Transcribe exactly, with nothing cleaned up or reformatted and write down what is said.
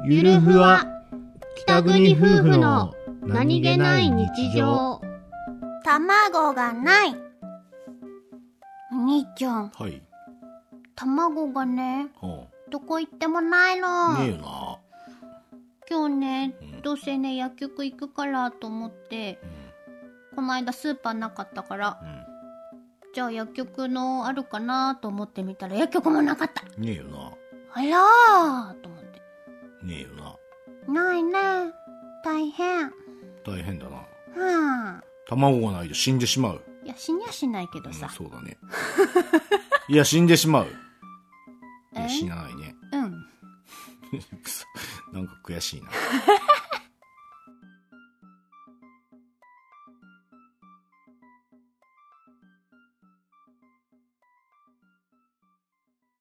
ゆるふわ北国夫婦の何気ない日常。 卵がない。お兄ちゃん、 はい。 卵がね、 はどこ行ってもないの。 あ、ねえよな。 今日ね、 うん、 どうせね薬局行くからと思って、うん、この間スーパーなかったから、うん、じゃあ薬局のあるかなと思ってみたら薬局もなかった。 ねえよな。 あらーと思って。 ねえよな。 ないね。大変。 大変だな。 うん。 卵がないと死んでしまう。 いや、死にはしないけどさ。 うん、そうだね。いや、死んでしまう。いや、死なないね。 うん。 なんか悔しいな。